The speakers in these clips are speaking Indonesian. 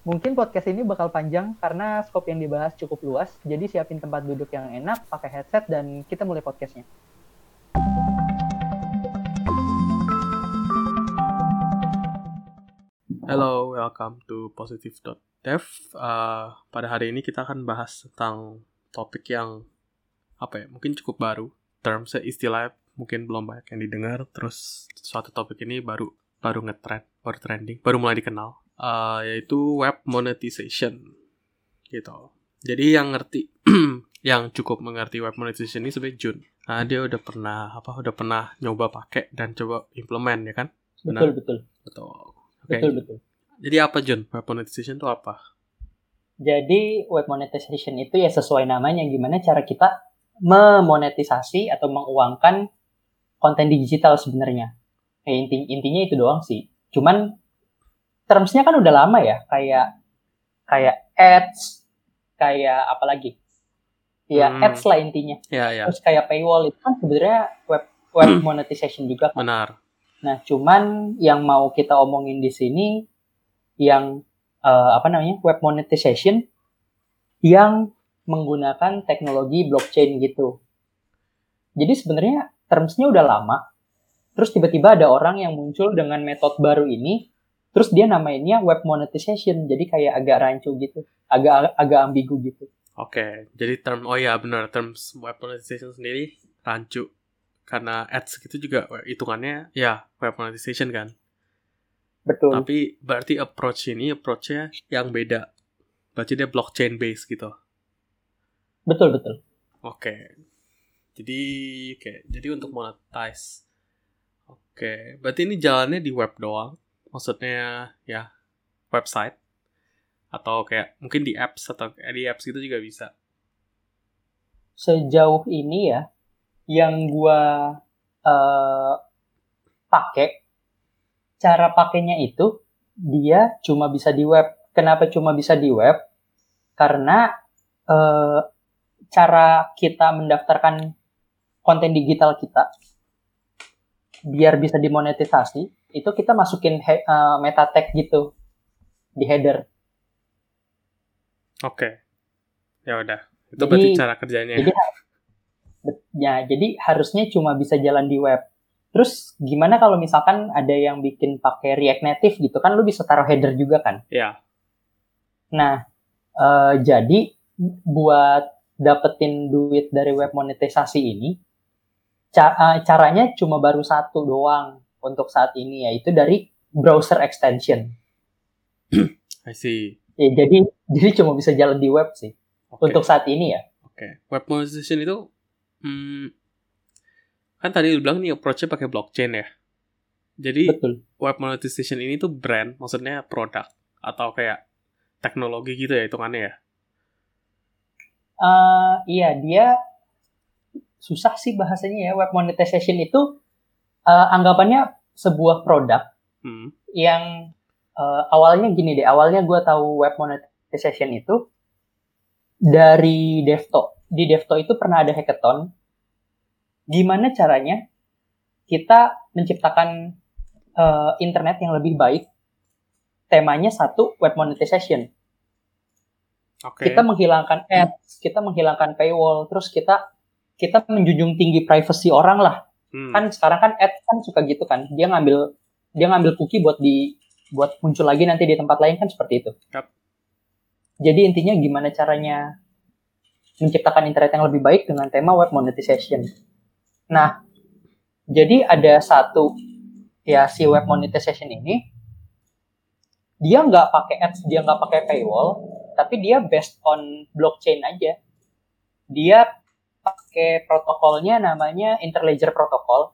Mungkin podcast ini bakal panjang karena skop yang dibahas cukup luas, jadi siapin tempat duduk yang enak, pakai headset, dan kita mulai podcastnya. Hello, welcome to Positive.dev. Pada hari ini kita akan bahas tentang topik yang mungkin cukup baru. Termsnya istilah mungkin belum banyak yang didengar. Terus suatu topik ini baru ngetrend, baru trending, baru mulai dikenal. Yaitu web monetization, gitu. Jadi yang ngerti, yang cukup mengerti web monetization ini sebenarnya Jun. Dia udah pernah nyoba pakai dan coba implement, ya kan? Benar? Betul. Okay. Betul. Jadi apa Jun? Web monetization itu apa? Jadi web monetization itu ya sesuai namanya, gimana cara kita memonetisasi atau menguangkan konten digital sebenarnya. Intinya itu doang sih. Cuman termsnya kan udah lama ya, kayak ads, kayak apa lagi? Ya ads lah intinya. Ya. Terus kayak paywall itu kan sebenarnya web monetization juga kan. Benar. Nah, cuman yang mau kita omongin di sini yang web monetization yang menggunakan teknologi blockchain gitu. Jadi sebenarnya termsnya udah lama, terus tiba-tiba ada orang yang muncul dengan metode baru ini, terus dia namainnya web monetization, jadi kayak agak rancu gitu, agak ambigu gitu. Oke, jadi terms web monetization sendiri rancu. Karena ads gitu juga hitungannya ya web monetization kan. Betul. Tapi berarti approach-nya yang beda. Berarti dia blockchain based gitu. Betul. Oke. Jadi untuk monetize. Oke, berarti ini jalannya di web doang. Maksudnya ya website atau kayak mungkin di apps gitu juga bisa. Sejauh ini ya yang gua pakai, cara pakainya itu dia cuma bisa di web. Kenapa cuma bisa di web? Karena cara kita mendaftarkan konten digital kita biar bisa dimonetisasi itu kita masukin meta tag gitu di header. Oke. Ya udah. Itu berarti cara kerjanya. Jadi harusnya cuma bisa jalan di web. Terus gimana kalau misalkan ada yang bikin pakai React Native gitu kan, lu bisa taruh header juga kan? Iya. Nah, jadi buat dapetin duit dari web monetisasi ini, caranya cuma baru satu doang untuk saat ini, yaitu dari browser extension. I see. Ya, jadi cuma bisa jalan di web sih. Untuk saat ini ya. Oke. Web monetization itu kan tadi lu bilang nih approach-nya pakai blockchain ya. Jadi betul. Web monetization ini tuh brand, maksudnya produk atau kayak teknologi gitu ya hitungannya ya. Iya, dia susah sih bahasanya ya. Web monetization itu anggapannya sebuah produk yang awalnya gini deh. Awalnya gue tahu web monetization itu dari Devto. Di Devto itu pernah ada hackathon. Gimana caranya kita menciptakan internet yang lebih baik? Temanya satu, web monetization. Okay. Kita menghilangkan ads, kita menghilangkan paywall, terus kita menjunjung tinggi privacy orang lah. Kan sekarang kan ads kan suka gitu kan. Dia ngambil cookie buat muncul lagi nanti di tempat lain kan seperti itu. Yep. Jadi intinya gimana caranya menciptakan internet yang lebih baik dengan tema web monetization. Nah, jadi ada satu ya si web monetization ini dia nggak pakai ads, dia nggak pakai paywall, tapi dia based on blockchain aja. Dia pakai protokolnya namanya Interledger Protocol.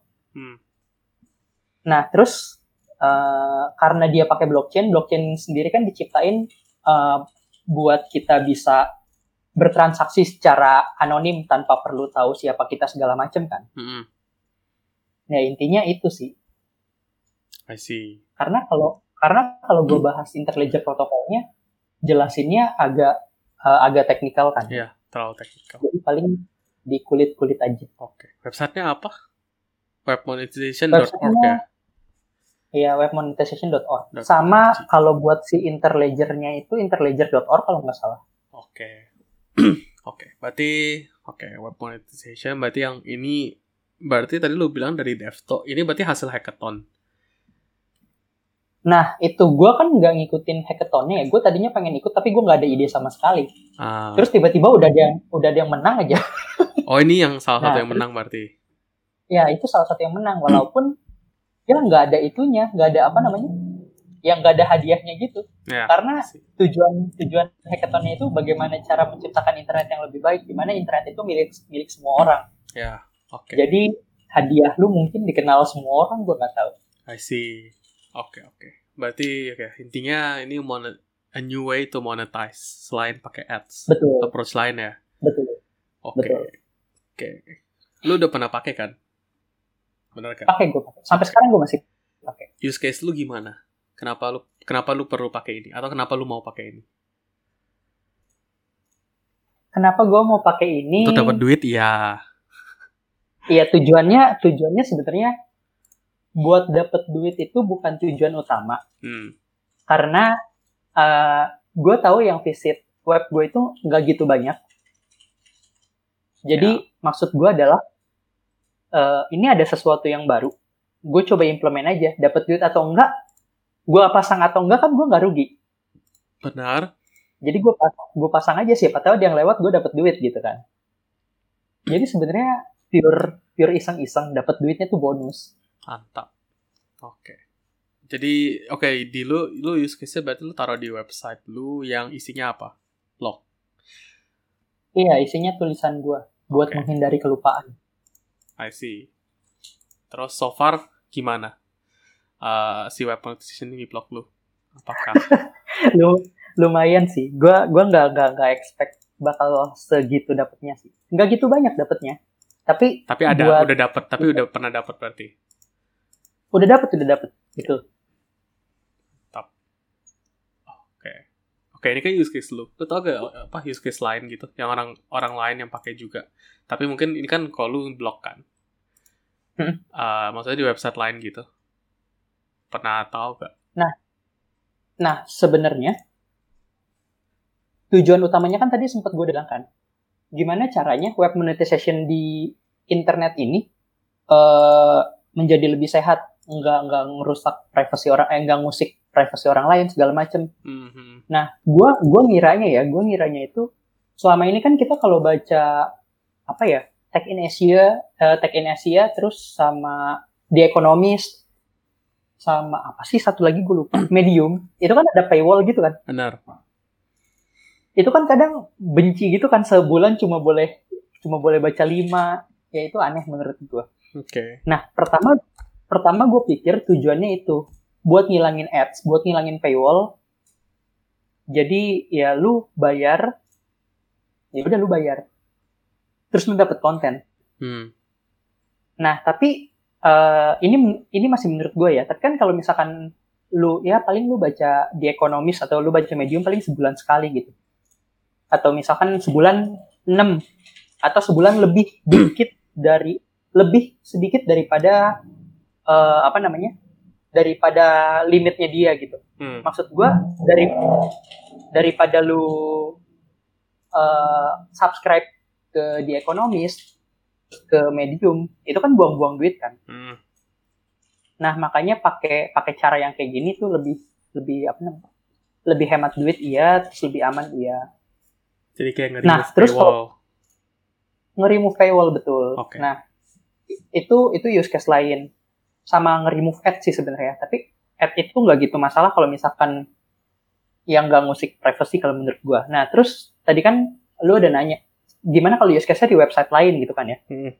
Nah, terus karena dia pakai blockchain sendiri kan diciptain buat kita bisa bertransaksi secara anonim tanpa perlu tahu siapa kita segala macam kan. Nah, intinya itu sih. I see. Karena kalau gue bahas Interledger Protokolnya, jelasinnya agak teknikal kan. Iya, terlalu teknikal. Jadi paling di kulit-kulit aja. Oke. Websitenya apa? Webmonetization.org ya? Iya, webmonetization.org. Sama kalau buat si Interledger-nya itu interledger.org kalau nggak salah. Oke. Oke, berarti web monetization berarti yang ini berarti tadi lu bilang dari DevTo. Ini berarti hasil hackathon. Nah, itu gue kan nggak ngikutin hackathonnya ya. Gue tadinya pengen ikut tapi gue nggak ada ide sama sekali. Terus tiba-tiba udah ada yang menang aja. Oh, ini yang salah satu yang menang berarti? Ya, itu salah satu yang menang. Walaupun ya nggak ada itunya, nggak ada apa namanya, yang nggak ada hadiahnya gitu. Ya, karena tujuan hackathonnya itu bagaimana cara menciptakan internet yang lebih baik, di mana internet itu milik semua orang. Ya, oke. Jadi hadiah lu mungkin dikenal semua orang, gue nggak tahu. I see. Oke. Berarti intinya ini a new way to monetize selain pakai ads. Betul. Approach lain ya. Betul. Oke. Lu udah pernah pakai kan? Benar kan? Pakai. Sampai sekarang gue masih pakai. Use case lu gimana? Kenapa lu perlu pakai ini? Atau kenapa lu mau pakai ini? Kenapa gue mau pakai ini? Untuk dapat duit, ya. Iya, tujuannya sebenarnya buat dapat duit itu bukan tujuan utama. Karena gue tahu yang visit web gue itu nggak gitu banyak. Jadi maksud gue adalah ini ada sesuatu yang baru, gue coba implement aja, dapat duit atau enggak, gue pasang atau enggak kan gue nggak rugi. Benar. Jadi gue pasang aja, siapa tahu dia yang lewat gue dapat duit gitu kan. Jadi sebenarnya pure iseng-iseng, dapat duitnya tuh bonus. Mantap. Oke. Jadi di lu use case-nya berarti lu taruh di website lu yang isinya apa? Blog. Iya, isinya tulisan gue buat menghindari kelupaan. I see. Terus so far gimana si web monetization di blog lu? Apakah? Lumayan sih. Gue nggak expect bakal segitu dapetnya sih. Nggak gitu banyak dapetnya. Tapi udah pernah dapat berarti. Udah dapet gitu. Oke, ini kan use case lu. Lu tau gak apa use case lain gitu yang orang lain yang pakai juga. Tapi mungkin ini kan kalau lu blog kan. Maksudnya di website lain gitu. Pernah tahu gak? Nah, sebenarnya tujuan utamanya kan tadi sempat gue bilang kan. Gimana caranya web monetization di internet ini menjadi lebih sehat, nggak ngerusak privasi orang, nggak ngusik privasi orang lain segala macem. Nah, gue ngiranya itu selama ini kan kita kalau baca apa ya, Tech in Asia, terus sama The Economist, sama apa sih satu lagi gue lupa, Medium, itu kan ada paywall gitu kan? Benar. Itu kan kadang benci gitu kan, sebulan cuma boleh baca 5, ya itu aneh menurut gue. Oke. Nah, pertama gue pikir tujuannya itu buat ngilangin ads, buat ngilangin paywall. Jadi ya lu bayar, terus lu dapet konten. Nah, tapi ini masih menurut gue ya. Tapi kan kalau misalkan lu ya paling lu baca The Economist atau lu baca Medium paling sebulan sekali gitu. Atau misalkan sebulan 6 atau sebulan lebih sedikit daripada daripada limitnya dia gitu. Maksud gue daripada lu subscribe ke The Economist, ke Medium, itu kan buang-buang duit kan. Nah, makanya pakai cara yang kayak gini tuh lebih hemat duit iya, terus lebih aman iya. Jadi kayak nge-remove paywall betul. Okay. Nah, itu use case lain. Sama nge-remove ad sih sebenarnya. Tapi ad itu nggak gitu masalah kalau misalkan yang nggak ngusik privacy kalau menurut gue. Nah, terus tadi kan lu udah nanya, gimana kalau use case-nya di website lain gitu kan ya?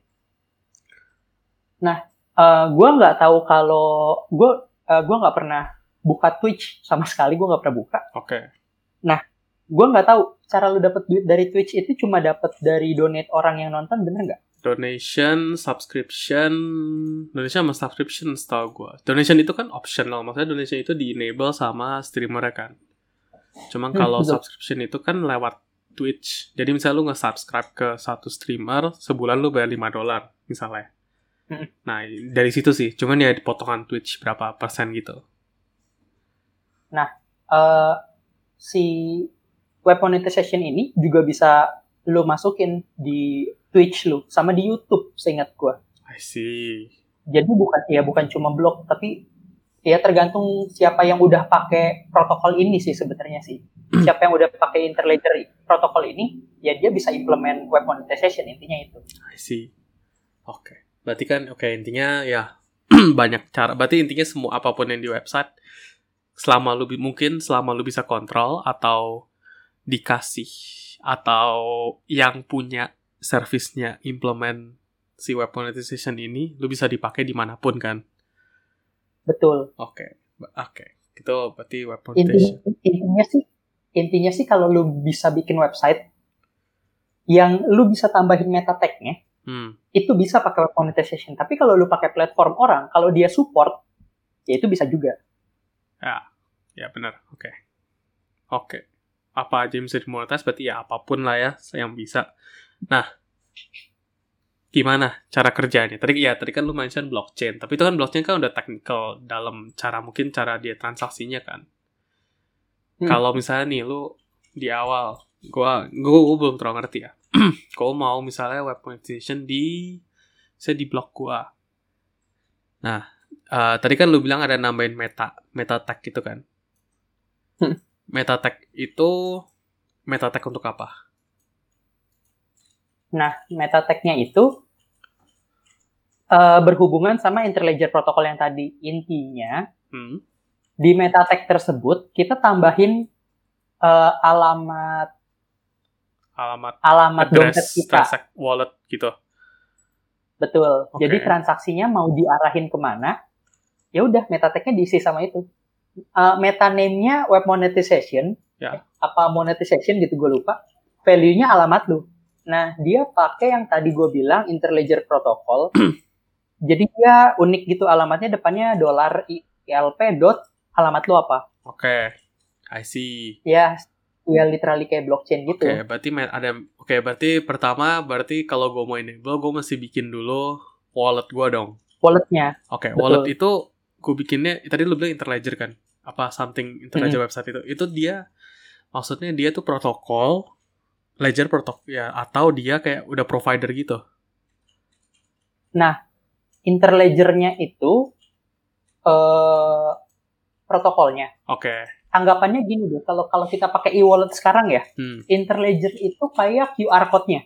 Nah, gue nggak tahu kalau gue nggak pernah buka Twitch sama sekali, gue nggak pernah buka. Oke. Nah, gue nggak tahu cara lu dapat duit dari Twitch itu cuma dapat dari donate orang yang nonton, bener nggak? Donation, subscription sama subscription setahu gue. Donation itu kan optional, maksudnya donation itu di-enable sama streamer kan. Cuman kalau subscription itu kan lewat Twitch. Jadi misalnya lu nge-subscribe ke satu streamer, sebulan lu bayar $5 misalnya. Nah, dari situ sih. Cuman ya potongan Twitch berapa persen gitu. Nah, si web monetization ini juga bisa lo masukin di Twitch lo sama di YouTube, seingat gue. I see. Jadi bukan cuma blog, tapi ya tergantung siapa yang udah pakai protokol ini sih sebenarnya sih. Siapa yang udah pakai Interledger protokol ini, ya dia bisa implement web monetization, intinya itu. I see. Oke. Berarti kan intinya ya banyak cara. Berarti intinya semua apapun yang di website selama lu bisa kontrol atau dikasih atau yang punya service-nya implement si web monetization ini, lu bisa dipakai dimanapun kan? Betul. Oke. Itu berarti web monetization. Intinya sih kalau lu bisa bikin website yang lu bisa tambahin meta tag-nya, itu bisa pakai web monetization. Tapi kalau lu pakai platform orang, kalau dia support, ya itu bisa juga. Ya benar. Oke. Apa aja yang bisa dimonetize, berarti ya apapun lah ya yang bisa. Nah, gimana cara kerjanya? Tadi kan lu mention blockchain, tapi itu kan blockchain kan udah technical dalam mungkin cara dia transaksinya kan. Kalau misalnya nih lu di awal, gua belum terlalu ngerti ya. Kalau mau misalnya web monetization di blog gua. Nah, tadi kan lu bilang ada nambahin meta tag gitu kan. Meta tag untuk apa? Nah, meta tag-nya itu berhubungan sama Interledger protokol yang tadi. Intinya, di meta tag tersebut kita tambahin alamat dompet kita, wallet gitu. Betul. Jadi transaksinya mau diarahin kemana, ya udah meta tag-nya diisi sama itu. Meta name-nya web monetization, apa monetization gitu gue lupa. Value-nya alamat lu. Nah, dia pakai yang tadi gue bilang Interledger protokol. Jadi dia unik gitu, alamatnya depannya $ILP alamat lu apa. I see. Ya literally kayak blockchain gitu. Berarti pertama kalau gue mau gue mesti bikin dulu wallet gue dong. Walletnya. Wallet itu gue bikinnya, tadi lu bilang Interledger kan? Apa something Interledger website itu? Itu dia, maksudnya dia tuh protokol, ledger protokol ya, atau dia kayak udah provider gitu? Nah, Interledger-nya itu protokolnya. Anggapannya gini deh, kalau kita pakai e-wallet sekarang ya, Interledger itu kayak QR code-nya.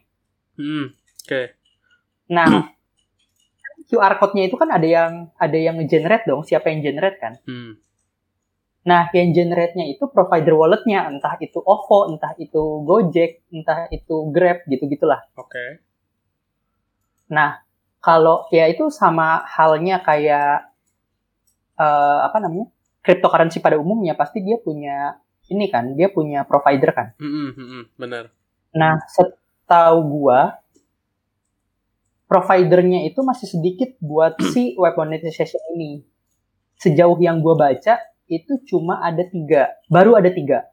Nah, QR code-nya itu kan ada yang nge-generate dong, siapa yang generate kan? Nah, yang generate-nya itu provider wallet-nya, entah itu OVO, entah itu Gojek, entah itu Grab, gitu-gitulah. Nah, kalau ya itu sama halnya kayak cryptocurrency pada umumnya, pasti dia punya ini kan, dia punya provider kan. Benar. Nah, setahu gua providernya itu masih sedikit buat si web monetization ini. Sejauh yang gue baca, itu cuma ada 3. Baru ada 3.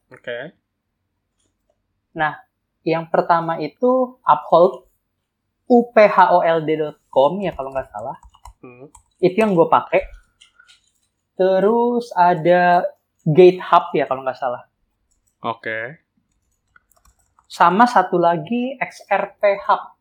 Nah, yang pertama itu Uphold, uphold.com ya kalau nggak salah. Itu yang gue pakai. Terus ada GateHub ya kalau nggak salah. Sama satu lagi XRP Hub.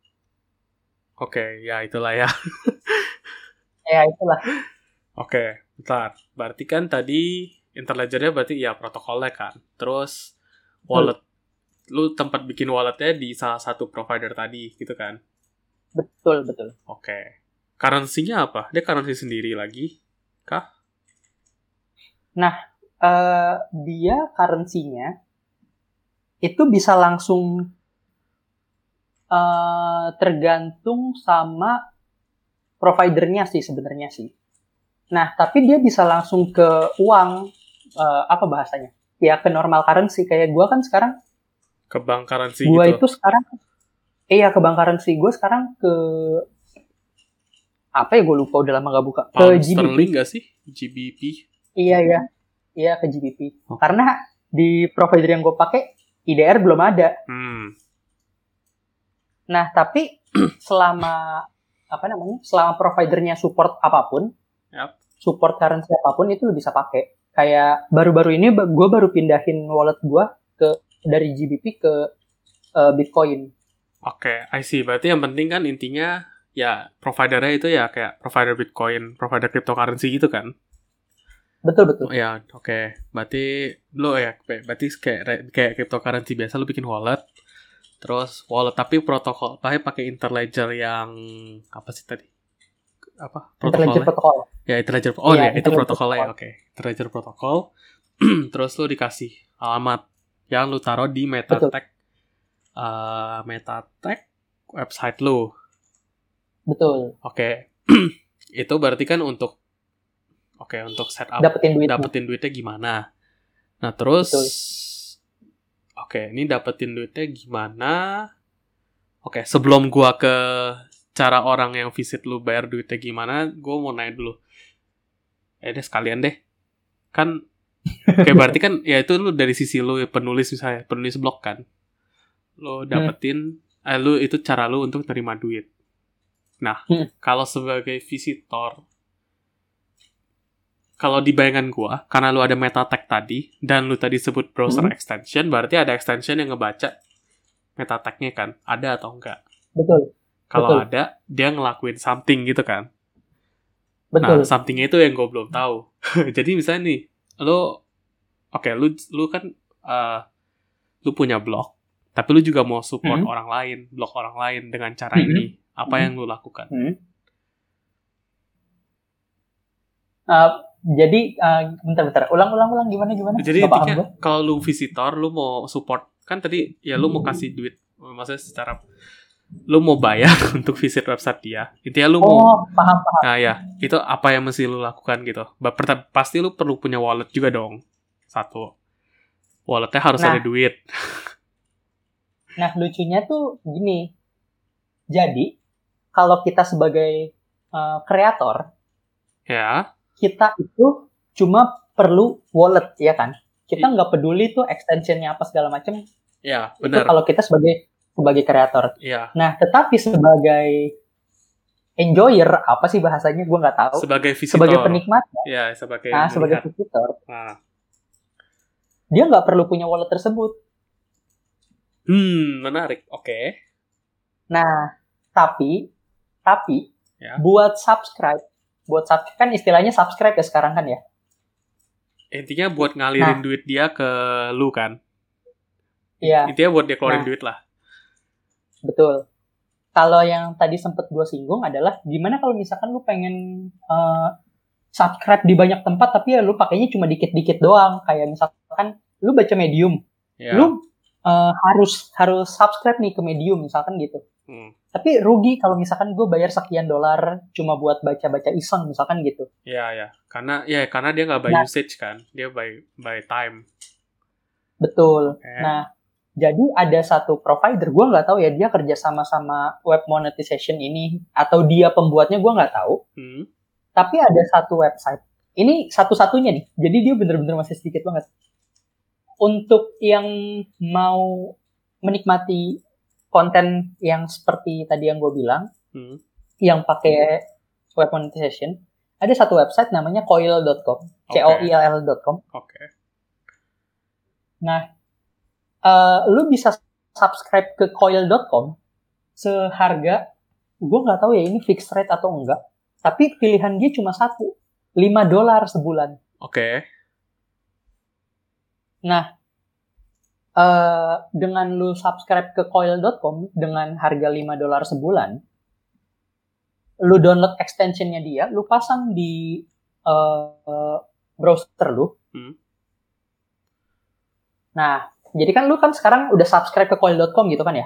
Ya itulah ya. Ya itulah. Bentar. Berarti kan tadi Interledger-nya berarti ya protokolnya kan. Terus wallet, lu tempat bikin walletnya di salah satu provider tadi gitu kan? Betul. Currency-nya apa? Dia currency sendiri lagi kah? Nah, dia currency-nya itu bisa langsung tergantung sama providernya sih sebenarnya sih. Nah, tapi dia bisa langsung ke uang, apa bahasanya? Ya ke normal currency. Kayak gue kan sekarang ke bank currency gitu. Gue itu sekarang, ke bank currency. Gue sekarang ke apa ya? Gue lupa, udah lama gak buka. Pound sterling gak sih? GBP? Iya ke GBP. Karena di provider yang gue pakai IDR belum ada. Nah, tapi selama selama providernya support apapun, support currency apapun itu lu bisa pakai. Kayak baru-baru ini gue baru pindahin wallet gue dari GBP ke Bitcoin. Oke, I see. Berarti yang penting kan intinya ya providernya itu ya kayak provider Bitcoin, provider cryptocurrency gitu kan? Betul. Ya, oke. Berarti kayak cryptocurrency biasa lu bikin wallet. Terus wallet tapi protokol pakai Interledger yang apa sih tadi? Apa? Interledger protokol. Ya, Interledger. Oh ya, itu protokolnya. Oke. Interledger protokol. Terus lu dikasih alamat yang lu taruh di MetaTask website lu. Betul. Oke. Itu berarti kan untuk setup dapetin duitnya gimana. Nah, terus betul. Oke, ini dapetin duitnya gimana? Oke, sebelum gua ke cara orang yang visit lu bayar duitnya gimana, gua mau nanya dulu. Deh sekalian deh. Kan oke, berarti kan ya itu lu dari sisi lu penulis misalnya, penulis blog kan. Lu dapetin lu itu cara lu untuk terima duit. Nah, kalau sebagai visitor, kalau di bayangan gua, karena lu ada MetaTask tadi, dan lu tadi sebut browser extension, berarti ada extension yang ngebaca MetaTask-nya kan? Ada atau enggak? Betul. Kalau ada, dia ngelakuin something gitu kan? Betul. Nah, something-nya itu yang gua belum tahu. Jadi misalnya nih, lu kan, lu punya blog, tapi lu juga mau support orang lain, blog orang lain dengan cara ini. Apa yang lu lakukan? Jadi bentar ulang gimana jadi intinya kalau lu visitor lu mau support kan tadi ya lu mau kasih duit maksudnya secara lu mau bayar untuk visit website dia intinya lu mau paham. Nah ya itu apa yang mesti lu lakukan gitu pasti lu perlu punya wallet juga dong satu walletnya harus ada duit. Nah lucunya tuh gini, jadi kalau kita sebagai kreator ya kita itu cuma perlu wallet, ya kan? Kita nggak peduli tuh extensionnya apa segala macam. Ya, benar. Itu kalau kita sebagai kreator. Ya. Nah, tetapi sebagai enjoyer, apa sih bahasanya? Gue nggak tahu. Sebagai visitor. Sebagai penikmat. Ya, sebagai visitor. Dia nggak perlu punya wallet tersebut. Menarik. Oke. Nah, tapi ya. Buat subscribe kan istilahnya subscribe ya sekarang kan ya. Intinya buat ngalirin duit dia ke lu kan. Iya. Intinya buat dia keluarin duit lah. Betul. Kalau yang tadi sempat gue singgung adalah gimana kalau misalkan lu pengen subscribe di banyak tempat tapi ya lu pakainya cuma dikit-dikit doang. Kayak misalkan lu baca Medium. Yeah. Lu harus subscribe nih ke Medium misalkan gitu. Tapi rugi kalau misalkan gue bayar sekian dolar cuma buat baca-baca iseng misalkan gitu. Iya. Karena dia nggak by usage kan, dia by time. Betul. Nah, jadi ada satu provider, gue nggak tahu ya dia kerja sama web monetization ini atau dia pembuatnya gue nggak tahu. Tapi ada satu website. Ini satu-satunya nih. Jadi dia bener-bener masih sedikit banget. Untuk yang mau menikmati konten yang seperti tadi yang gue bilang, yang pakai web monetization, ada satu website namanya coil.com, coill.com. Oke. Nah, lu bisa subscribe ke coil.com seharga, gue nggak tahu ya ini fixed rate atau enggak, tapi pilihan dia cuma satu, $5 sebulan. Oke. Nah, dengan lu subscribe ke coil.com dengan harga $5 sebulan, lu download extensionnya dia, lu pasang di browser lu. Nah, jadi kan lu kan sekarang udah subscribe ke coil.com gitu kan ya?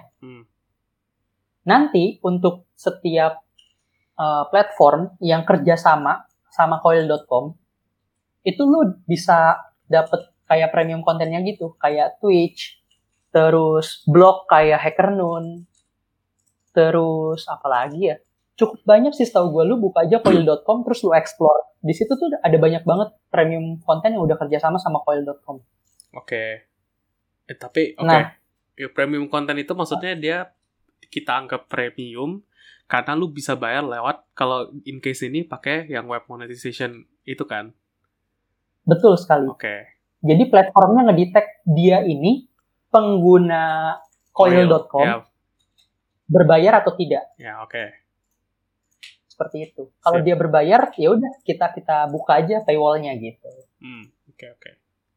Nanti untuk setiap platform yang kerjasama sama coil.com, itu lu bisa dapet kayak premium kontennya gitu, kayak Twitch, terus blog kayak HackerNoon, terus apa lagi ya? Cukup banyak sih setahu gue, lu buka aja coil.com terus lu explore. Di situ tuh ada banyak banget premium konten yang udah kerjasama sama coil.com. Oke. Tapi ya, premium konten itu maksudnya dia kita anggap premium Karena lu bisa bayar lewat, kalau in case ini pakai yang web monetization itu kan. Betul sekali. Oke. Jadi platformnya ngedetect dia ini pengguna coil.com ya. berbayar atau tidak. Ya, oke. Seperti itu. Kalau dia berbayar, ya udah kita buka aja paywall-nya gitu. Oke.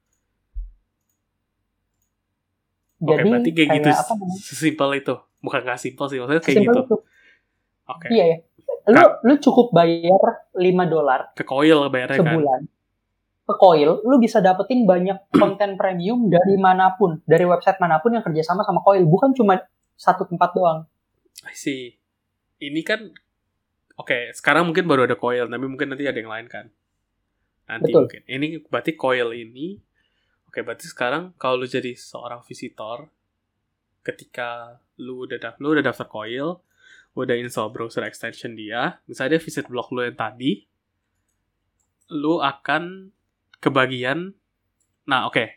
Jadi berarti kayak gitu, apa namanya? sesimpel itu. Bukan nggak simpel sih, maksudnya kayak sesimpel gitu. Itu. Oke. Iya ya. Lu cukup bayar $5 ke coil bayarnya sebulan. Kan? Ke coil, lu bisa dapetin banyak konten premium dari manapun, dari website manapun yang kerjasama sama coil, bukan cuma satu tempat doang. I see. Ini kan, oke, sekarang mungkin baru ada coil, tapi mungkin nanti ada yang lain kan. Nanti betul. Mungkin. Ini berarti coil ini, oke, berarti sekarang kalau lu jadi seorang visitor, ketika lu udah daftar coil, udah install browser extension dia, misalnya dia visit blog lu yang tadi, lu akan kebagian. Nah, oke.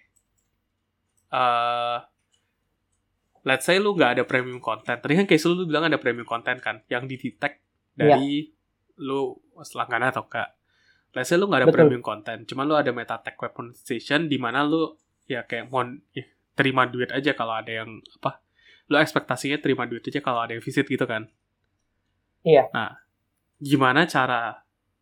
Let's say lu nggak ada premium content. Tadi kan case lu bilang ada premium content kan, yang di-detect dari lu langganan atau enggak. Let's say lu nggak ada premium content, cuma lu ada meta tag web monetization di mana lu ya kayak terima duit aja kalau ada yang apa. Lu ekspektasinya terima duit aja kalau ada yang visit gitu kan. Iya. Nah, gimana cara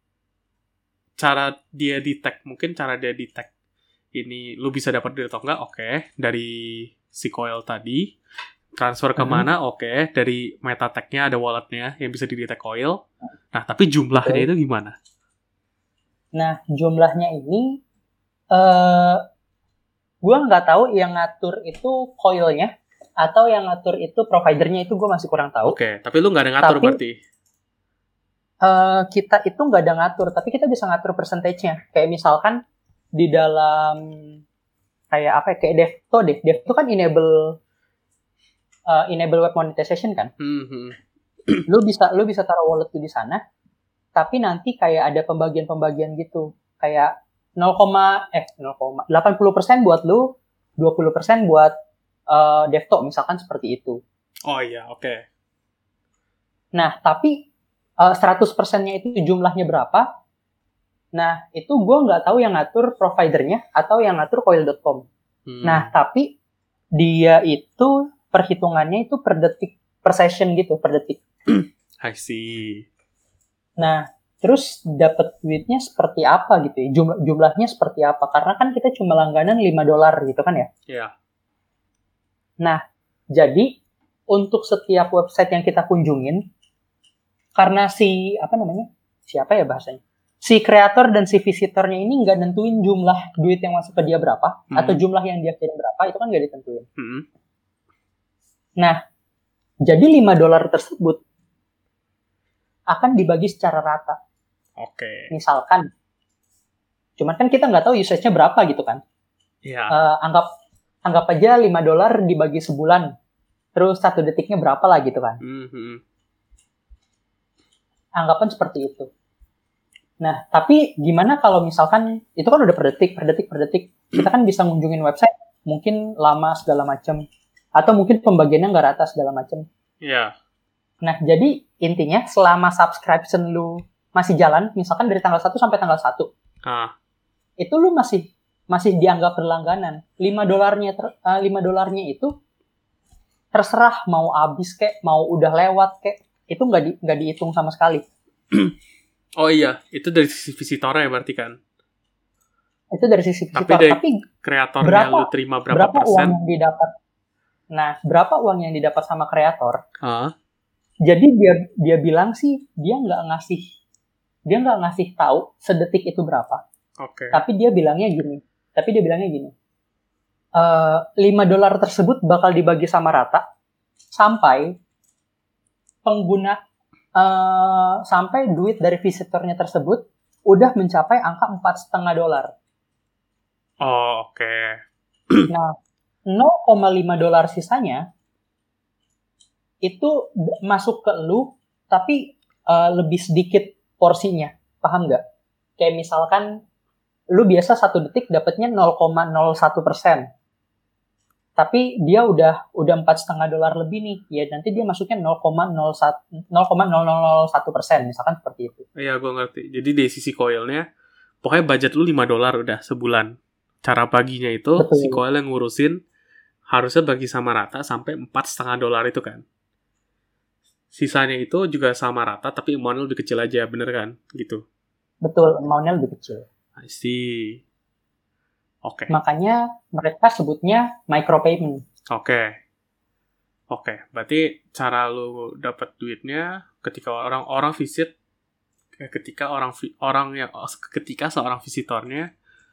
dia detect, mungkin cara dia detect ini lu bisa dapat duit atau enggak, oke, dari si coil tadi, transfer kemana, oke, dari meta tag-nya ada walletnya yang bisa di-detect coil. Nah, tapi jumlahnya itu gimana? Nah, jumlahnya ini gue nggak tahu yang ngatur itu coilnya atau yang ngatur itu providernya, itu gue masih kurang tahu. Oke, tapi lu nggak ada ngatur berarti? Kita itu nggak ada ngatur, tapi kita bisa ngatur percentage-nya. Kayak misalkan di dalam kayak Devto kan enable web monetization kan. Lu bisa taruh wallet tuh di sana, tapi nanti kayak ada pembagian gitu. Kayak 80% buat lu, 20% buat Devto misalkan, seperti itu. Oh iya, oke. Nah, tapi 100%-nya itu jumlahnya berapa? Nah, itu gue nggak tahu yang ngatur providernya atau yang ngatur coil.com. Nah, tapi dia itu perhitungannya itu per detik, per session gitu, per detik. I see. Nah, terus dapat duitnya seperti apa gitu ya? Jumlahnya seperti apa? Karena kan kita cuma langganan $5 gitu kan ya? Iya. Nah, jadi untuk setiap website yang kita kunjungin, karena siapa ya bahasanya? Si kreator dan si visitornya ini nggak nentuin jumlah duit yang masuk ke dia berapa, atau jumlah yang dia kirim berapa, itu kan nggak ditentuin. Nah, jadi $5 tersebut akan dibagi secara rata. Oke. Misalkan, cuman kan kita nggak tahu usage-nya berapa gitu kan. Iya. Anggap aja $5 dibagi sebulan, terus 1 detiknya berapa lah gitu kan. Anggapan seperti itu. Nah, tapi gimana kalau misalkan itu kan udah per detik. Kita kan bisa ngunjungin website, mungkin lama segala macam, atau mungkin pembagiannya nggak rata segala macam. Iya. Nah, jadi intinya selama subscription lu masih jalan, misalkan dari tanggal 1 sampai tanggal 1, itu lu masih dianggap berlangganan. $5 itu terserah mau habis kek, mau udah lewat kek, itu nggak dihitung sama sekali. Oh iya, itu dari sisi visitornya berarti kan? Itu dari sisi visitor. Tapi kreatornya lu terima berapa persen? Uang yang didapat? Nah, berapa uang yang didapat sama kreator? Jadi dia bilang sih dia nggak ngasih tahu sedetik itu berapa. Oke. Tapi dia bilangnya gini. $5 tersebut bakal dibagi sama rata sampai pengguna sampai duit dari visitornya tersebut udah mencapai angka $4,5. Oh, oke. Nah, $0,5 sisanya itu masuk ke lu, tapi lebih sedikit porsinya. Paham nggak? Kayak misalkan lu biasa 1 detik dapatnya 0,01%. tapi dia udah $4,5 lebih nih, ya nanti dia masuknya 0,001%, misalkan seperti itu. Iya, gue ngerti. Jadi dari sisi coilnya, pokoknya budget lu $5 udah sebulan. Cara baginya itu, Betul. si coil yang ngurusin harusnya bagi sama rata sampai $4,5 itu kan. Sisanya itu juga sama rata, tapi amount lebih kecil aja, bener kan? Gitu. Betul, amount-nya lebih kecil. I see. Oke. Makanya mereka sebutnya micropayment. Oke, berarti cara lu dapat duitnya ketika orang visit, ketika seorang visitornya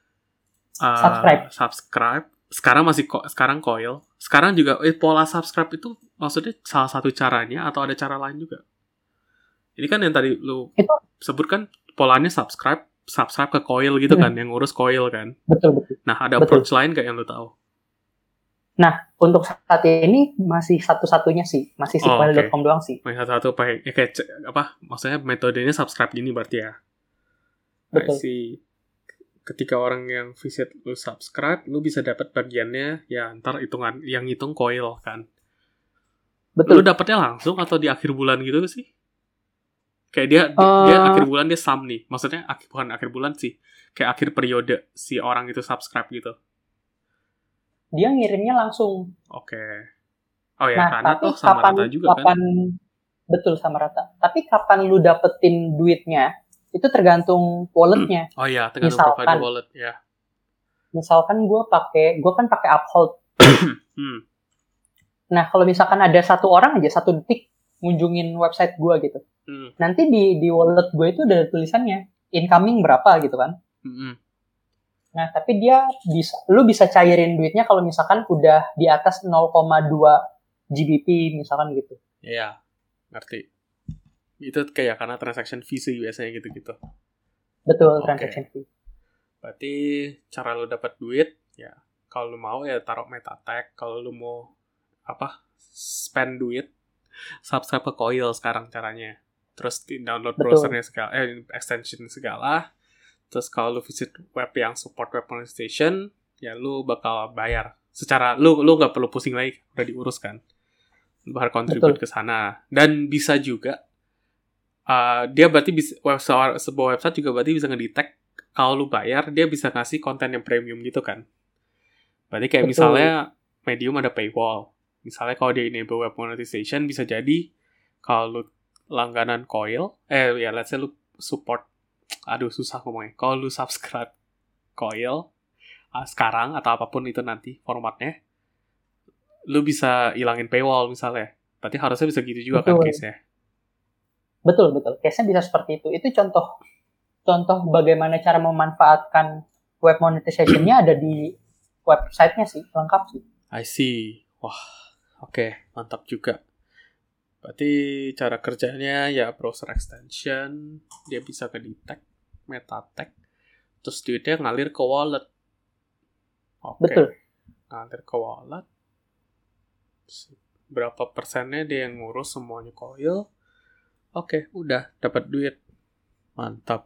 subscribe. Sekarang coil. Sekarang juga pola subscribe itu maksudnya salah satu caranya atau ada cara lain juga? Ini kan yang tadi lu sebutkan polanya subscribe ke coil gitu kan, yang ngurus coil kan. Betul. Nah, ada approach lain gak yang lu tahu? Nah, untuk saat ini masih satu-satunya sih, masih si coil.com doang sih. Masih satu-satu kayak maksudnya metodenya subscribe gini berarti ya. Betul. Ketika orang yang visit lu subscribe, lu bisa dapat bagiannya ya ntar hitungan yang ngitung coil kan. Betul. Lu dapatnya langsung atau di akhir bulan gitu sih? Kayak dia akhir bulan dia sum nih. Maksudnya bukan akhir bulan sih. Kayak akhir periode si orang itu subscribe gitu. Dia ngirimnya langsung. Oke. Oh ya, karena toh sama rata juga kan? Betul, sama rata. Tapi kapan lu dapetin duitnya, itu tergantung walletnya. Oh iya, tergantung provider wallet, ya. Misalkan gue kan pakai Uphold. Nah, kalau misalkan ada satu orang aja, 1 detik ngunjungin website gue gitu. Nanti di wallet gue itu ada tulisannya incoming berapa gitu kan. Nah, tapi lu bisa cairin duitnya kalau misalkan udah di atas 0,2 GBP misalkan gitu. Iya, ngerti. Itu kayak karena transaction fee sih biasanya gitu-gitu. Betul, transaction fee. Berarti cara lu dapat duit, ya kalau lu mau ya taruh MetaTask, kalau lu mau spend duit, subscribe ke Coil sekarang caranya. Terus download browsernya segala, extension segala. Terus kalau lu visit web yang support web monetization, ya lu bakal bayar. Secara lu nggak perlu pusing lagi, udah diurus kan. Lu bakal contribute ke sana. Dan bisa juga dia berarti sebuah website juga berarti bisa ngedetect kalau lu bayar, dia bisa ngasih konten yang premium gitu kan. Berarti kayak misalnya Medium ada paywall. Misalnya kalau dia enable web monetization, bisa jadi kalau lu langganan Coil, let's say lu support, susah ngomongnya. Kalau lu subscribe Coil sekarang atau apapun itu nanti formatnya, lu bisa ilangin paywall misalnya. Berarti harusnya bisa gitu juga kan case-nya. Betul. Case-nya bisa seperti itu. Itu contoh bagaimana cara memanfaatkan web monetization-nya ada di website-nya sih, lengkap sih. I see. Wah, oke, mantap juga. Berarti cara kerjanya ya browser extension, dia bisa ke detect, MetaTask, terus duitnya ngalir ke wallet. Oke. Betul. Ngalir ke wallet. Berapa persennya dia yang ngurus semuanya Coil. Oke, udah dapat duit. Mantap.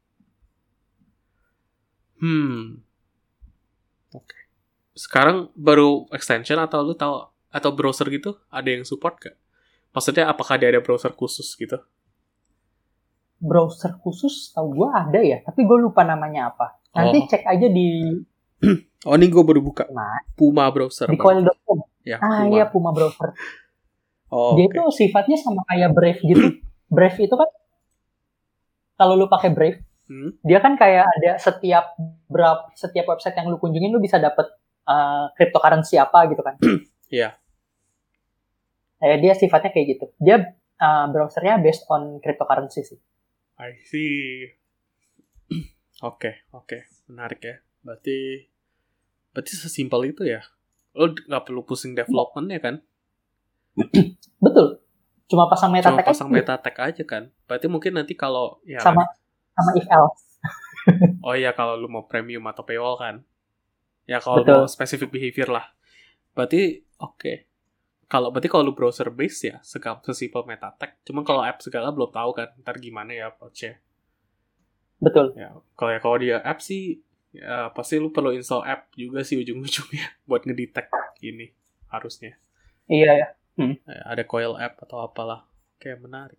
Oke. Sekarang baru extension atau lu tahu atau browser gitu ada yang support gak? Maksudnya apakah dia ada browser khusus gitu? Browser khusus tahu gue ada ya, tapi gue lupa namanya apa. Nanti cek aja di ini gue baru buka. Puma browser. Di coil.com. Ya, iya Puma browser. Dia tuh sifatnya sama kayak Brave gitu. Brave itu kan kalau lu pakai Brave, dia kan kayak ada setiap website yang lu kunjungin lu bisa dapet cryptocurrency apa gitu kan. Iya. Dia sifatnya kayak gitu. Dia browsernya based on cryptocurrency sih. I see. Oke. Menarik ya. Berarti sesimpel itu ya. Lo nggak perlu pusing development ya kan? Betul. Cuma pasang MetaTask aja kan. Berarti mungkin nanti kalau ya sama if else. Oh iya, kalau lu mau premium atau paywall kan. Ya kalau mau specific behavior lah. Berarti berarti kalau lu browser base ya sesimpel MetaTask. Cuma kalau app segala belum tahu kan ntar gimana ya approach-nya. Betul. Ya, kalau dia app sih Ya, pasti lu perlu install app juga sih ujung-ujungnya buat ngedetect ini harusnya. Iya ya. Ada coil app atau apalah. Kayak menarik.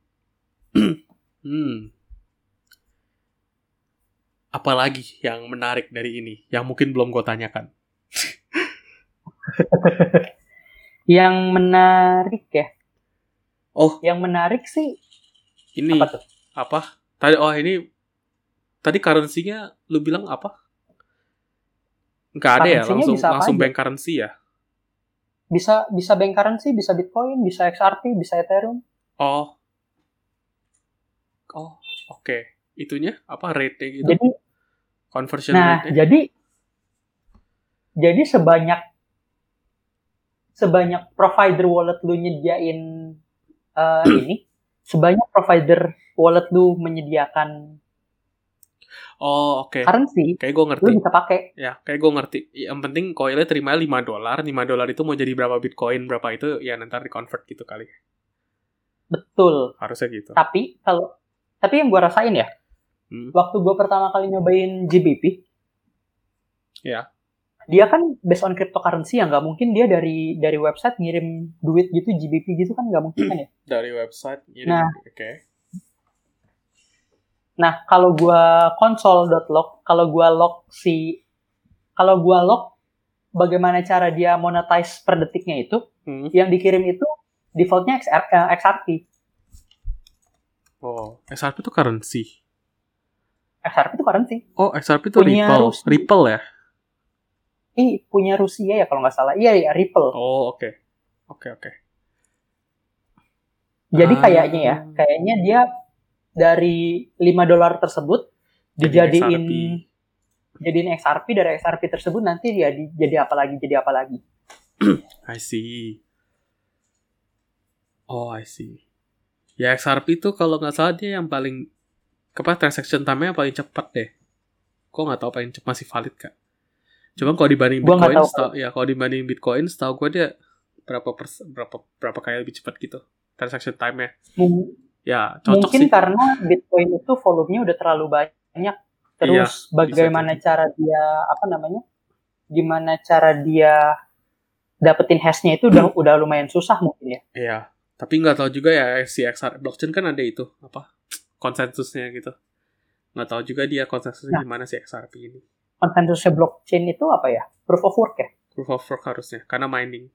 Apalagi yang menarik dari ini yang mungkin belum gue tanyakan? Yang menarik ya. Oh, yang menarik sih ini apa tuh? Apa? Tadi currency-nya lu bilang apa? Enggak ada ya, langsung bank currency ya? Bisa bank currency, bisa Bitcoin, bisa XRP, bisa Ethereum. Oh, oke. Okay. Itunya apa rate-nya gitu? Jadi conversion rate-nya? Jadi sebanyak provider wallet lu nyediain ini, sebanyak provider wallet lu menyediakan oke. currency, kayak gue ngerti. Lu bisa pakai. Ya, kayak gue ngerti. Yang penting coilnya terima $5. $5 itu mau jadi berapa Bitcoin, berapa itu ya nanti di-convert gitu kali. Betul. Harusnya gitu. Tapi yang gue rasain ya, waktu gue pertama kali nyobain GBP, ya, dia kan based on cryptocurrency ya, nggak mungkin dia dari website ngirim duit gitu GBP gitu kan, nggak mungkin kan ya? Dari website ngirim, oke. Nah, kalau gue console.log, kalau gue log bagaimana cara dia monetize per detiknya itu, yang dikirim itu defaultnya XRP. Oh, XRP itu currency. XRP itu currency. Oh, XRP itu Ripple ya? Punya Rusia ya kalau nggak salah. Iya, Ripple. Oh, oke. Jadi kayaknya dia dari $5 tersebut dijadiin XRP, dari XRP tersebut nanti dia jadi apa lagi. I see. Oh, I see. Ya XRP itu kalau nggak salah dia yang paling transaction time-nya paling cepat deh. Kok nggak tahu paling cepat masih valid kak? Cuma kalau dibanding Bitcoin, setahu gue dia berapa kali lebih cepat gitu transaction time-nya. Ya cocok mungkin sih. Karena Bitcoin itu volumenya udah terlalu banyak. Terus bagaimana cara dia dapetin hash-nya itu udah lumayan susah mungkin ya. Iya. Tapi nggak tahu juga ya si XRP blockchain kan ada itu konsensusnya gitu. Nggak tahu juga dia konsensusnya gimana si XRP ini. Konsensusnya blockchain itu apa ya? Proof of work ya? Proof of work harusnya, karena mining.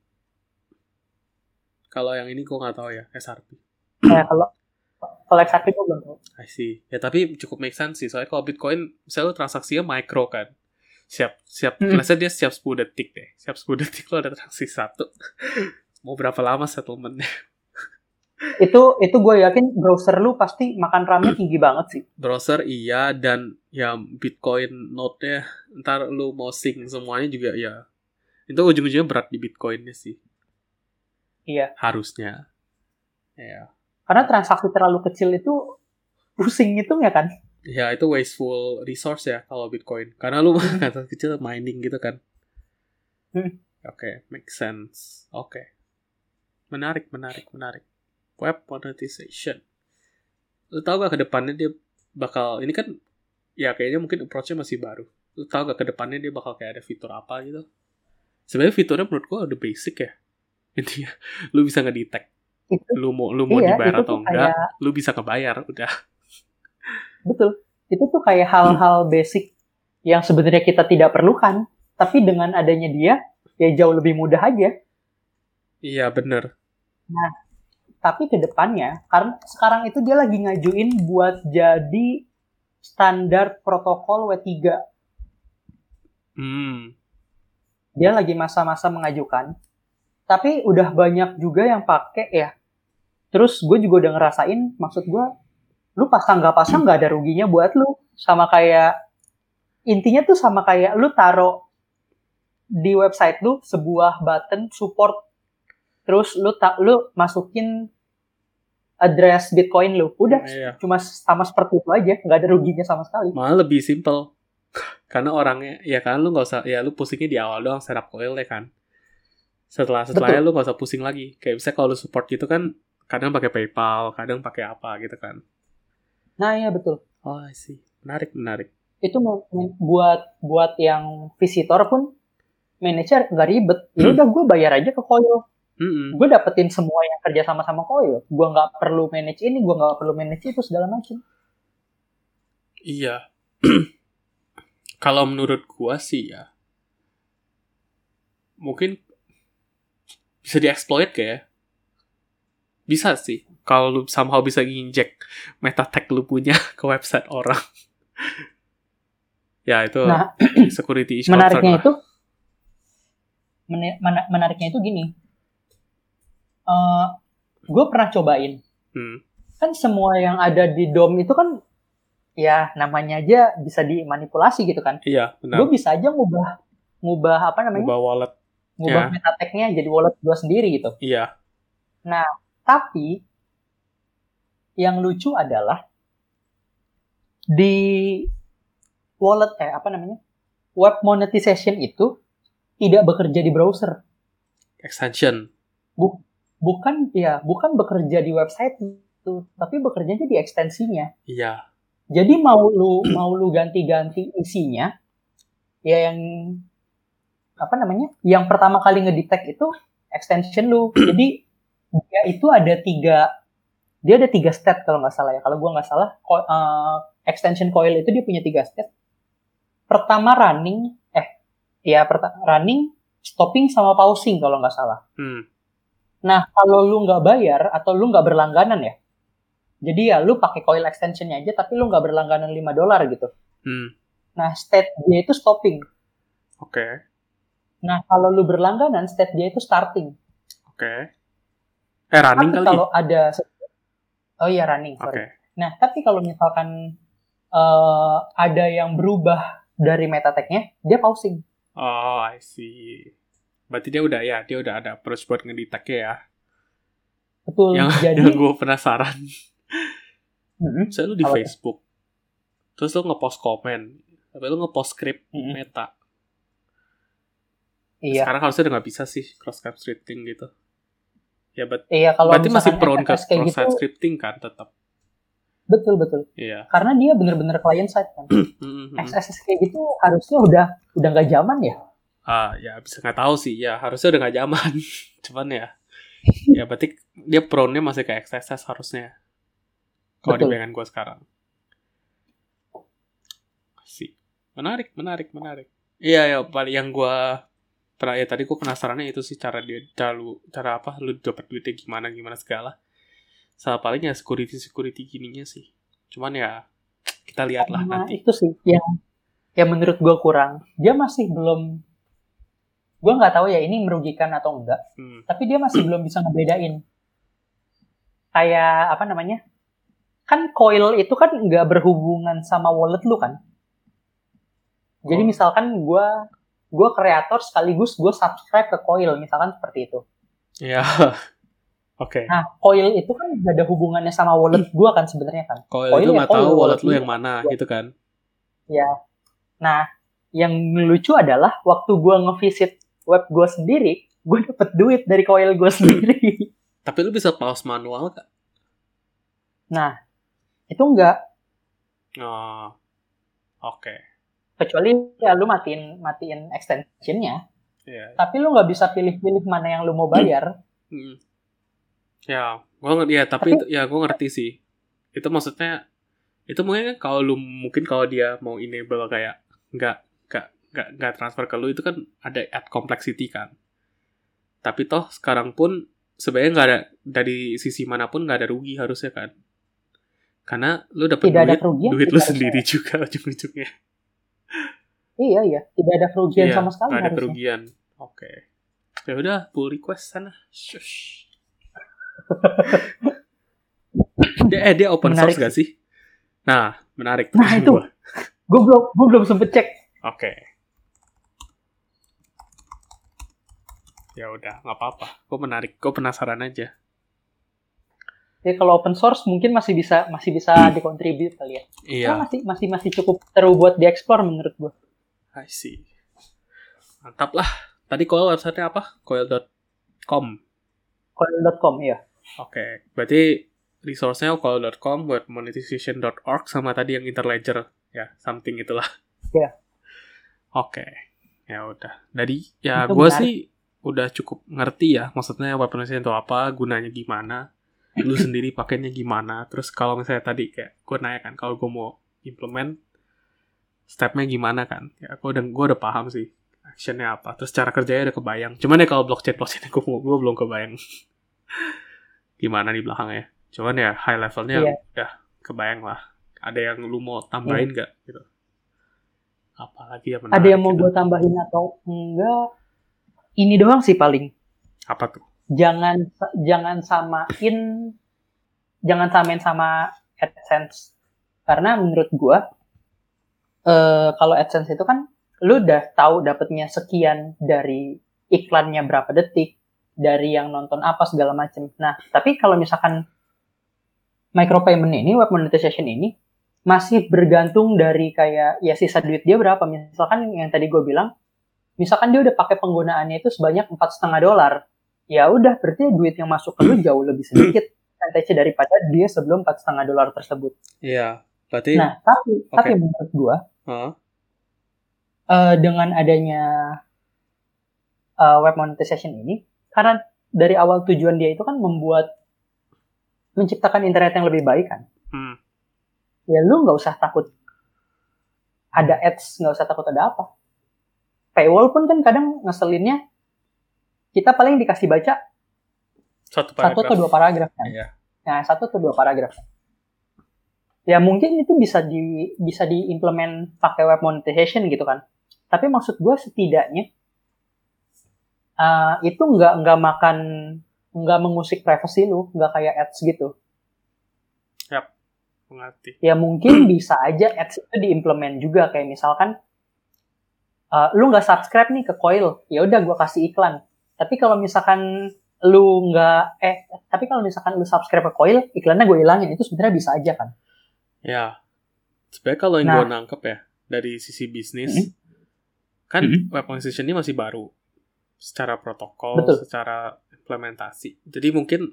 Kalau yang ini gue nggak tahu ya XRP. Kalau XRP gue belum tahu. I see. Ya tapi cukup make sense sih. Soalnya kalau Bitcoin misalnya transaksinya micro kan. Siap. Biasanya dia siap 10 detik deh. Siap 10 detik lo ada transaksi satu. Mau berapa lama settlementnya? Itu gue yakin browser lu pasti makan RAM-nya tinggi banget sih. Browser iya, dan ya Bitcoin node-nya ntar lu mau sync semuanya juga ya. Itu ujung-ujungnya berat di Bitcoin-nya sih. Iya. Harusnya. Ya. Karena transaksi terlalu kecil itu pusing ngitungnya kan. Ya itu wasteful resource ya kalau Bitcoin. Karena lu kata kecil mining gitu kan. Oke, make sense. Oke. Menarik. Web monetization. Lu tau gak ke depannya dia bakal, ini kan ya kayaknya mungkin approach-nya masih baru. Lu tau gak ke depannya dia bakal kayak ada fitur apa gitu? Sebenarnya fiturnya menurut gua udah basic ya. Intinya lu bisa ngedetect lu mau dibayar atau enggak, lu bisa kebayar udah. Betul. Itu tuh kayak hal-hal basic yang sebenarnya kita tidak perlukan, tapi dengan adanya dia ya jauh lebih mudah aja. Iya, bener. Nah, tapi ke depannya, karena sekarang itu dia lagi ngajuin buat jadi standar protokol W3. Dia lagi masa-masa mengajukan. Tapi udah banyak juga yang pakai ya. Terus gue juga udah ngerasain, maksud gue, lu pasang nggak ada ruginya buat lu. Intinya tuh sama kayak lu taruh di website lu sebuah button support. Terus lu masukin address Bitcoin lu. Udah, cuma sama seperti itu aja. Nggak ada ruginya sama sekali. Malah lebih simple. Karena orangnya, ya kan lu nggak usah, ya lu pusingnya di awal doang setup coil ya kan. Setelahnya lu nggak usah pusing lagi. Kayak misalnya kalau lu support gitu kan, kadang pakai PayPal, kadang pakai apa gitu kan. Nah iya betul. Oh I see. Menarik. itu buat yang visitor pun manager nggak ribet. Ya udah gue bayar aja ke Coil. Gue dapetin semua yang kerja sama Coil. Gue nggak perlu manage ini, gue nggak perlu manage itu segala macam. Iya. Kalau menurut gue sih ya, mungkin bisa dieksploit kayak. Bisa sih. Kalau lu somehow bisa nginjek meta tag lu punya ke website orang. Ya itu security issue. Menariknya itu menariknya itu gini. Gue pernah cobain. Kan semua yang ada di DOM itu kan ya namanya aja bisa dimanipulasi gitu kan. Iya, benar. Gue bisa aja ngubah apa namanya? Ngubah wallet. Ngubah meta tag-nya jadi wallet gue sendiri gitu. Iya. Nah, tapi yang lucu adalah di wallet web monetization itu tidak bekerja di browser. Extension. Bukan bekerja di website itu, tapi bekerjanya di ekstensinya. Iya. Jadi mau lu ganti-ganti isinya, ya yang pertama kali ngedetect itu extension lu. Jadi dia itu ada tiga state kalau nggak salah ya. Kalau gue nggak salah, extension coil itu dia punya 3 state. Pertama running, running, stopping sama pausing kalau nggak salah. Nah kalau lu nggak bayar atau lu nggak berlangganan ya, jadi ya lu pakai coil extensionnya aja tapi lu nggak berlangganan $5 gitu. Nah state dia itu stopping. Oke. Nah kalau lu berlangganan state dia itu starting. Oke. Running tapi kali. Kalau ada running. Sorry. Okay. Nah tapi kalau misalkan ada yang berubah dari meta tag-nya, dia pausing. Oh, I see. Berarti dia udah ada approach buat ngedetect ya. Betul. Yang gue penasaran. Misalnya lu di Facebook, terus lu ngepost komen, tapi lu ngepost script meta. Iya. Sekarang harusnya udah nggak bisa sih cross-site scripting gitu. Ya, kalau berarti masih prone ke cross-site scripting kan tetap. Betul. Iya. Karena dia benar-benar client side kan. XSS kayak gitu harusnya udah nggak zaman ya. Ya bisa nggak tahu sih. Ya harusnya udah nggak zaman. Cuman ya berarti dia prone-nya masih ke XSS harusnya. Kalau di bayangan gue sekarang. Sih. Menarik. Iya, paling yang gue tadi gue penasarannya itu sih cara lu dapat duitnya gimana segala. Sama paling ya security gininya sih. Cuman ya kita lihatlah nanti. Itu sih yang menurut gue kurang. Dia masih belum, gue nggak tahu ya ini merugikan atau enggak. Tapi dia masih belum bisa ngebedain. Kayak kan coil itu kan nggak berhubungan sama wallet lu kan. Jadi misalkan gue kreator sekaligus gue subscribe ke coil, misalkan seperti itu. Iya. Oke. Nah, coil itu kan gak ada hubungannya sama wallet gue kan sebenarnya kan. Coil itu nggak tahu wallet lu yang mana gitu kan. Ya. Nah, yang lucu adalah waktu gue ngevisit web gue sendiri, gue dapet duit dari coil gue sendiri. Tapi lu bisa pause manual gak? Nah, itu enggak. Oh, oke. Kecuali ya lu matiin extensionnya. Yeah. Tapi lu nggak bisa pilih-pilih mana yang lu mau bayar. Ya, gue ngerti sih. Itu maksudnya, itu mungkin kalau dia mau enable kayak nggak transfer ke lu itu kan ada add complexity kan. Tapi toh sekarang pun sebenarnya nggak ada dari sisi manapun nggak ada rugi harusnya kan. Karena lu dapat duit lu sendiri juga ujung-ujungnya. Iya, tidak ada kerugian sama sekali. Nggak ada kerugian. Oke. Ya udah, pull request sana. Shush. Dia open menarik. Source gak sih? Nah, menarik. Nah itu, gue belum sempet cek. Oke. Ya udah, nggak apa-apa. Gue menarik, gue penasaran aja. Ya kalau open source mungkin masih bisa dikontribut kali ya. Iya. Karena masih cukup seru buat dieksplor menurut gue. I see. Mantap lah. Tadi website-nya apa? Coil.com. Coil.com, iya. Oke. Berarti resource-nya coil.com, buat monetization.org, sama tadi yang Interledger Ya, something itulah. Ya. Oke. Ya udah. Jadi ya Itu gue menarik. sih udah cukup ngerti ya, maksudnya web monetization itu apa, gunanya gimana, lu sendiri pakainya gimana. Terus kalau misalnya tadi kayak gue nanya kan, kalau gue mau implement stepnya gimana kan, ya gue udah paham sih actionnya apa, terus cara kerjanya udah kebayang. Cuman ya kalau blockchain gue belum kebayang gimana di belakangnya. Cuman ya high levelnya udah kebayang lah. Ada yang lu mau tambahin nggak gitu? Apalagi yang menarik? Ada yang mau gue tambahin atau enggak? Ini doang sih paling. Apa tuh? Jangan samain sama AdSense. Karena menurut gue, kalau AdSense itu kan lu udah tahu dapetnya sekian dari iklannya berapa detik, dari yang nonton apa segala macam. Nah, tapi kalau misalkan micropayment ini, web monetization ini masih bergantung dari kayak ya sisa duit dia berapa. Misalkan yang tadi gue bilang, misalkan dia udah pakai penggunaannya itu sebanyak $4,5, ya udah berarti duit yang masuk ke lu jauh lebih sedikit percentage daripada dia sebelum $4,5 tersebut. Iya, berarti. Nah, tapi menurut gue, dengan adanya web monetization ini, karena dari awal tujuan dia itu kan menciptakan internet yang lebih baik kan. Ya lu nggak usah takut ada ads, nggak usah takut ada apa. Paywall pun kan kadang ngeselinnya kita paling dikasih baca 1 atau 2 paragraf kan. Iya. Nah, 1 atau 2 paragraf. Ya mungkin itu bisa diimplement pakai web monetization gitu kan. Tapi maksud gue setidaknya itu nggak mengusik privacy lu, nggak kayak ads gitu. Yap, mengerti. Ya mungkin bisa aja ads itu diimplement juga, kayak misalkan lu nggak subscribe nih ke Coil, ya udah gue kasih iklan. Tapi kalau misalkan lu subscribe ke Coil, iklannya gue ilangin, itu sebenarnya bisa aja kan. Ya, sebenarnya kalau yang gue nangkep ya dari sisi bisnis, kan web monetization ini masih baru secara protokol, secara implementasi. Jadi mungkin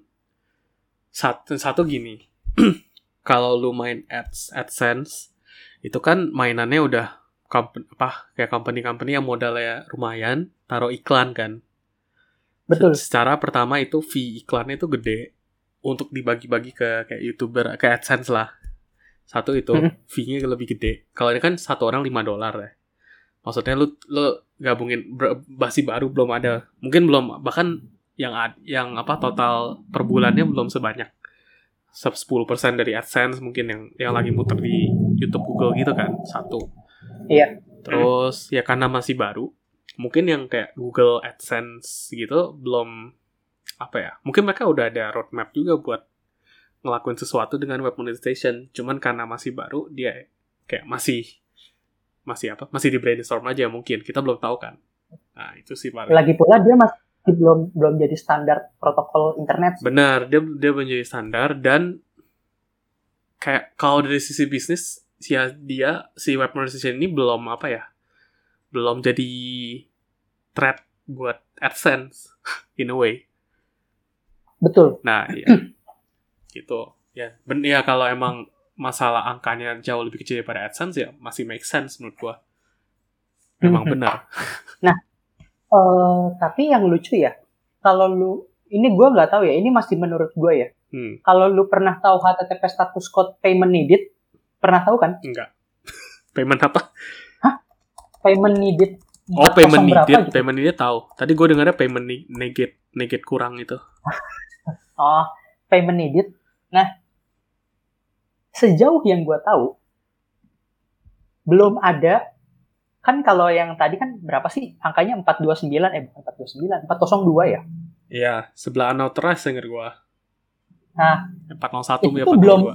satu gini, kalau lu main AdSense, itu kan mainannya udah kayak company-company yang modalnya lumayan, taruh iklan kan. Betul. Secara pertama itu fee iklannya itu gede untuk dibagi-bagi ke kayak YouTuber, ke AdSense lah. Satu itu fee-nya lebih gede. Kalau ini kan satu orang $5 ya. Maksudnya lu gabungin masih baru, belum ada, mungkin belum, bahkan yang total per bulannya belum sebanyak 10% dari AdSense mungkin yang lagi muter di YouTube, Google gitu kan. Satu. Iya. Terus ya karena masih baru, mungkin yang kayak Google AdSense gitu belum mungkin mereka udah ada roadmap juga buat ngelakuin sesuatu dengan web monetization. Cuman karena masih baru, dia kayak masih di brainstorm aja mungkin. Kita belum tahu kan. Nah, itu sih paling. Lagi pula dia masih belum jadi standar protokol internet. Benar, dia belum jadi standar, dan kayak kalau dari sisi bisnis si web monetization ini belum belum jadi threat buat AdSense in a way. Betul. Nah, ya. Gitu. Ya, kalau emang masalah angkanya jauh lebih kecil daripada AdSense ya masih make sense menurut gua. Memang benar. Nah, tapi yang lucu ya, kalau ini gua nggak tahu ya, ini masih menurut gua ya. Kalau lu pernah tahu HTTP status code payment needed, pernah tahu kan? Enggak. Payment apa? Hah? Payment needed. Payment needed. Gitu? Payment needed tahu. Tadi gue dengarnya payment negate kurang itu. Payment needed. Nah, sejauh yang gue tahu, belum ada, kan kalau yang tadi kan berapa sih angkanya 402 ya? Iya, sebelah unauthorized denger gue. Nah, 401 itu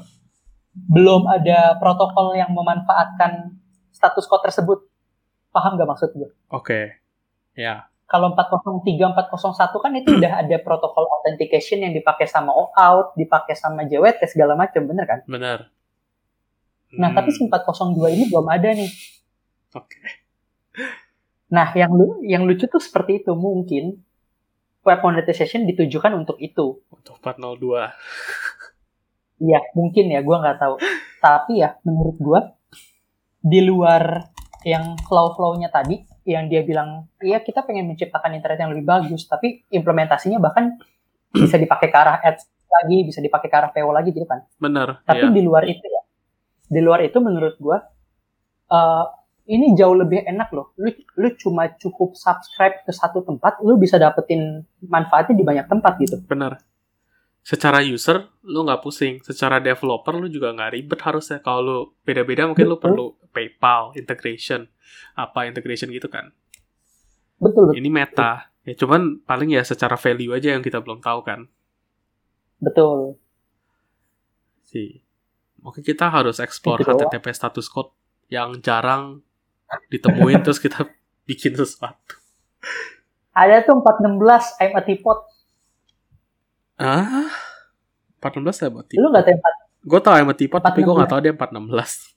belum ada protokol yang memanfaatkan status code tersebut. Paham gak maksud gue? Oke. Ya. Kalau 403, 401 kan itu udah ada protokol authentication yang dipakai sama OAuth, dipakai sama JWT segala macam, bener kan? Bener. Nah, tapi 402 ini belum ada nih. Oke. Nah, yang lucu tuh seperti itu. Mungkin web monetization ditujukan untuk itu. Untuk 402. Iya, mungkin ya, gue nggak tahu. Tapi ya, menurut gue, di luar yang flow-nya tadi, yang dia bilang, iya kita pengen menciptakan internet yang lebih bagus, tapi implementasinya bahkan bisa dipakai ke arah ads lagi, bisa dipakai ke arah PO lagi gitu kan. Benar. Tapi di luar itu menurut gue, ini jauh lebih enak loh. Lu cuma cukup subscribe ke satu tempat, lu bisa dapetin manfaatnya di banyak tempat gitu. Benar. Secara user, lu nggak pusing. Secara developer, lu juga nggak ribet harusnya. Kalau lu beda-beda, mungkin lu perlu PayPal, integration gitu kan. Betul. Ini Meta. Ya cuman paling ya secara value aja yang kita belum tahu kan. Betul. Mungkin kita harus explore HTTP status code yang jarang ditemuin terus kita bikin sesuatu. Ada tuh 416 I'm a teapot. 416 I'm a teapot. Lu nggak tahu 4? Gue tau I'm a teapot, tapi gue nggak tahu dia 416.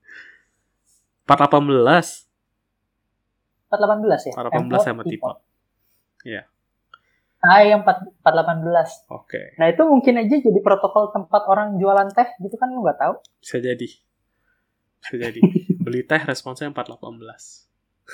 418. 418 ya? 418 I'm a teapot. Iya. Yang 418. Oke. Nah itu mungkin aja jadi protokol tempat orang jualan teh gitu kan, lu nggak tahu? Bisa jadi. Beli teh responsnya 418.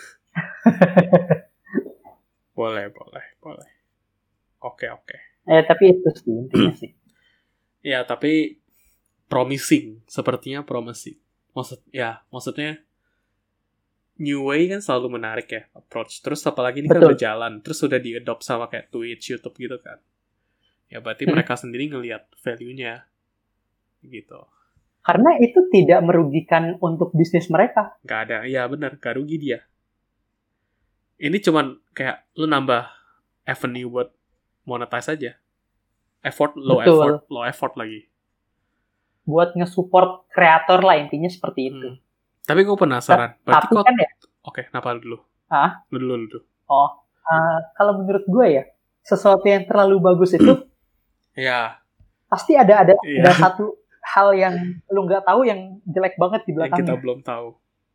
Boleh. Oke. Tapi itu sih intinya sih. Ya, tapi sepertinya promising. Maksudnya New Way kan selalu menarik ya approach. Terus apalagi ini kan udah jalan, terus udah di-adopt sama kayak Twitch, YouTube gitu kan. Ya berarti mereka sendiri ngelihat value-nya gitu. Karena itu tidak merugikan untuk bisnis mereka. Gak ada, ya benar, gak rugi dia. Ini cuman kayak lu nambah avenue buat monetize aja. Low effort lagi. Buat nge-support kreator lah, intinya seperti itu. Tapi gue penasaran. Berarti kan ya? Oke, kenapa dulu? Lu dulu. Kalau menurut gue ya, sesuatu yang terlalu bagus itu pasti ada satu hal yang lu nggak tahu yang jelek banget di belakangnya. Yang kita belum tahu.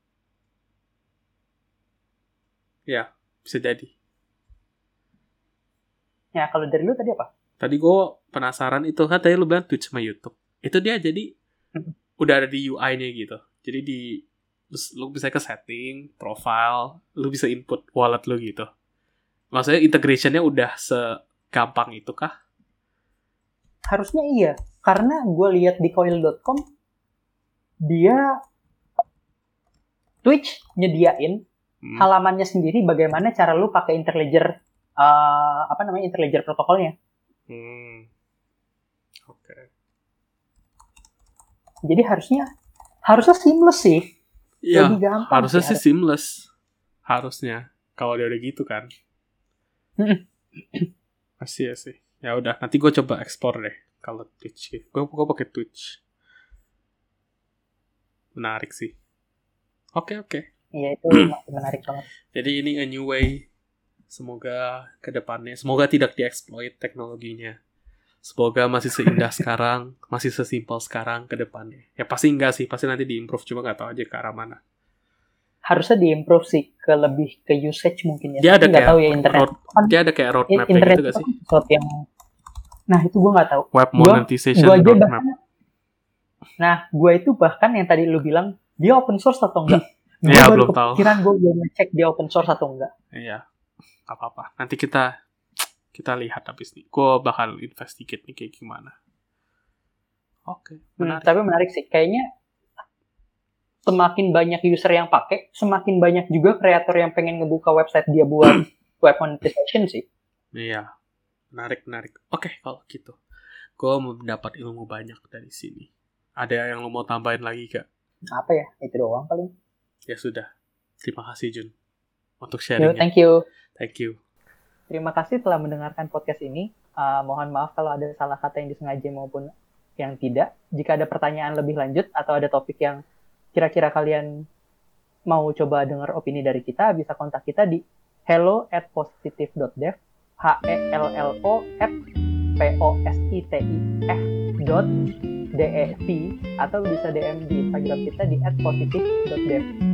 Ya, bisa jadi. Ya, kalau dari lu tadi apa? Tadi gue penasaran itu kan tadi lu bilang Twitch sama YouTube. Itu dia jadi udah ada di UI-nya gitu. Jadi lu bisa ke setting, profile, lu bisa input wallet lu gitu. Maksudnya integration-nya udah segampang itu kah? Harusnya iya. Karena gue lihat di coil.com, dia Twitch nyediain halamannya sendiri bagaimana cara lu pakai Interledger, Interledger protokolnya. Oke. Jadi harusnya seamless sih. Iya, harusnya sih seamless. Harusnya. Kalau dia udah gitu kan. Masih ya sih. Ya udah, nanti gue coba explore deh. Kalau Twitch, gue pakai Twitch. Menarik sih. Oke. Iya, itu menarik banget. Jadi ini a new way. Semoga ke depannya, semoga tidak dieksploit teknologinya. Semoga masih seindah sekarang, masih sesimpel sekarang ke depannya. Ya pasti enggak sih, pasti nanti diimprove, cuma nggak tahu aja ke arah mana. Harusnya diimprove sih lebih ke usage mungkin ya. Dia ada kayak tahu ya internet. Dia ada kayak roadmap gitu nggak sih? Yang nah itu gue nggak tahu. Web monetization roadmap. Gue itu bahkan yang tadi lu bilang dia open source atau enggak? Gue baru kepikiran gue belum ngecek dia open source atau enggak. Iya, apa-apa. Nanti kita lihat habis nih. Gue bakal investigate nih kayak gimana. Oke, menarik. Tapi menarik sih. Kayaknya semakin banyak user yang pakai, semakin banyak juga kreator yang pengen ngebuka website dia buat web monetization sih. Iya, menarik. Oke, kalau gitu. Gue mendapat ilmu banyak dari sini. Ada yang lo mau tambahin lagi gak? Apa ya? Itu doang paling. Ya sudah. Terima kasih Jun untuk sharingnya. Thank you. Terima kasih telah mendengarkan podcast ini. Mohon maaf kalau ada salah kata yang disengaja maupun yang tidak. Jika ada pertanyaan lebih lanjut atau ada topik yang kira-kira kalian mau coba dengar opini dari kita, bisa kontak kita di hello@positive.dev, hello@positif.dev, atau bisa DM di Instagram kita di @positive.dev.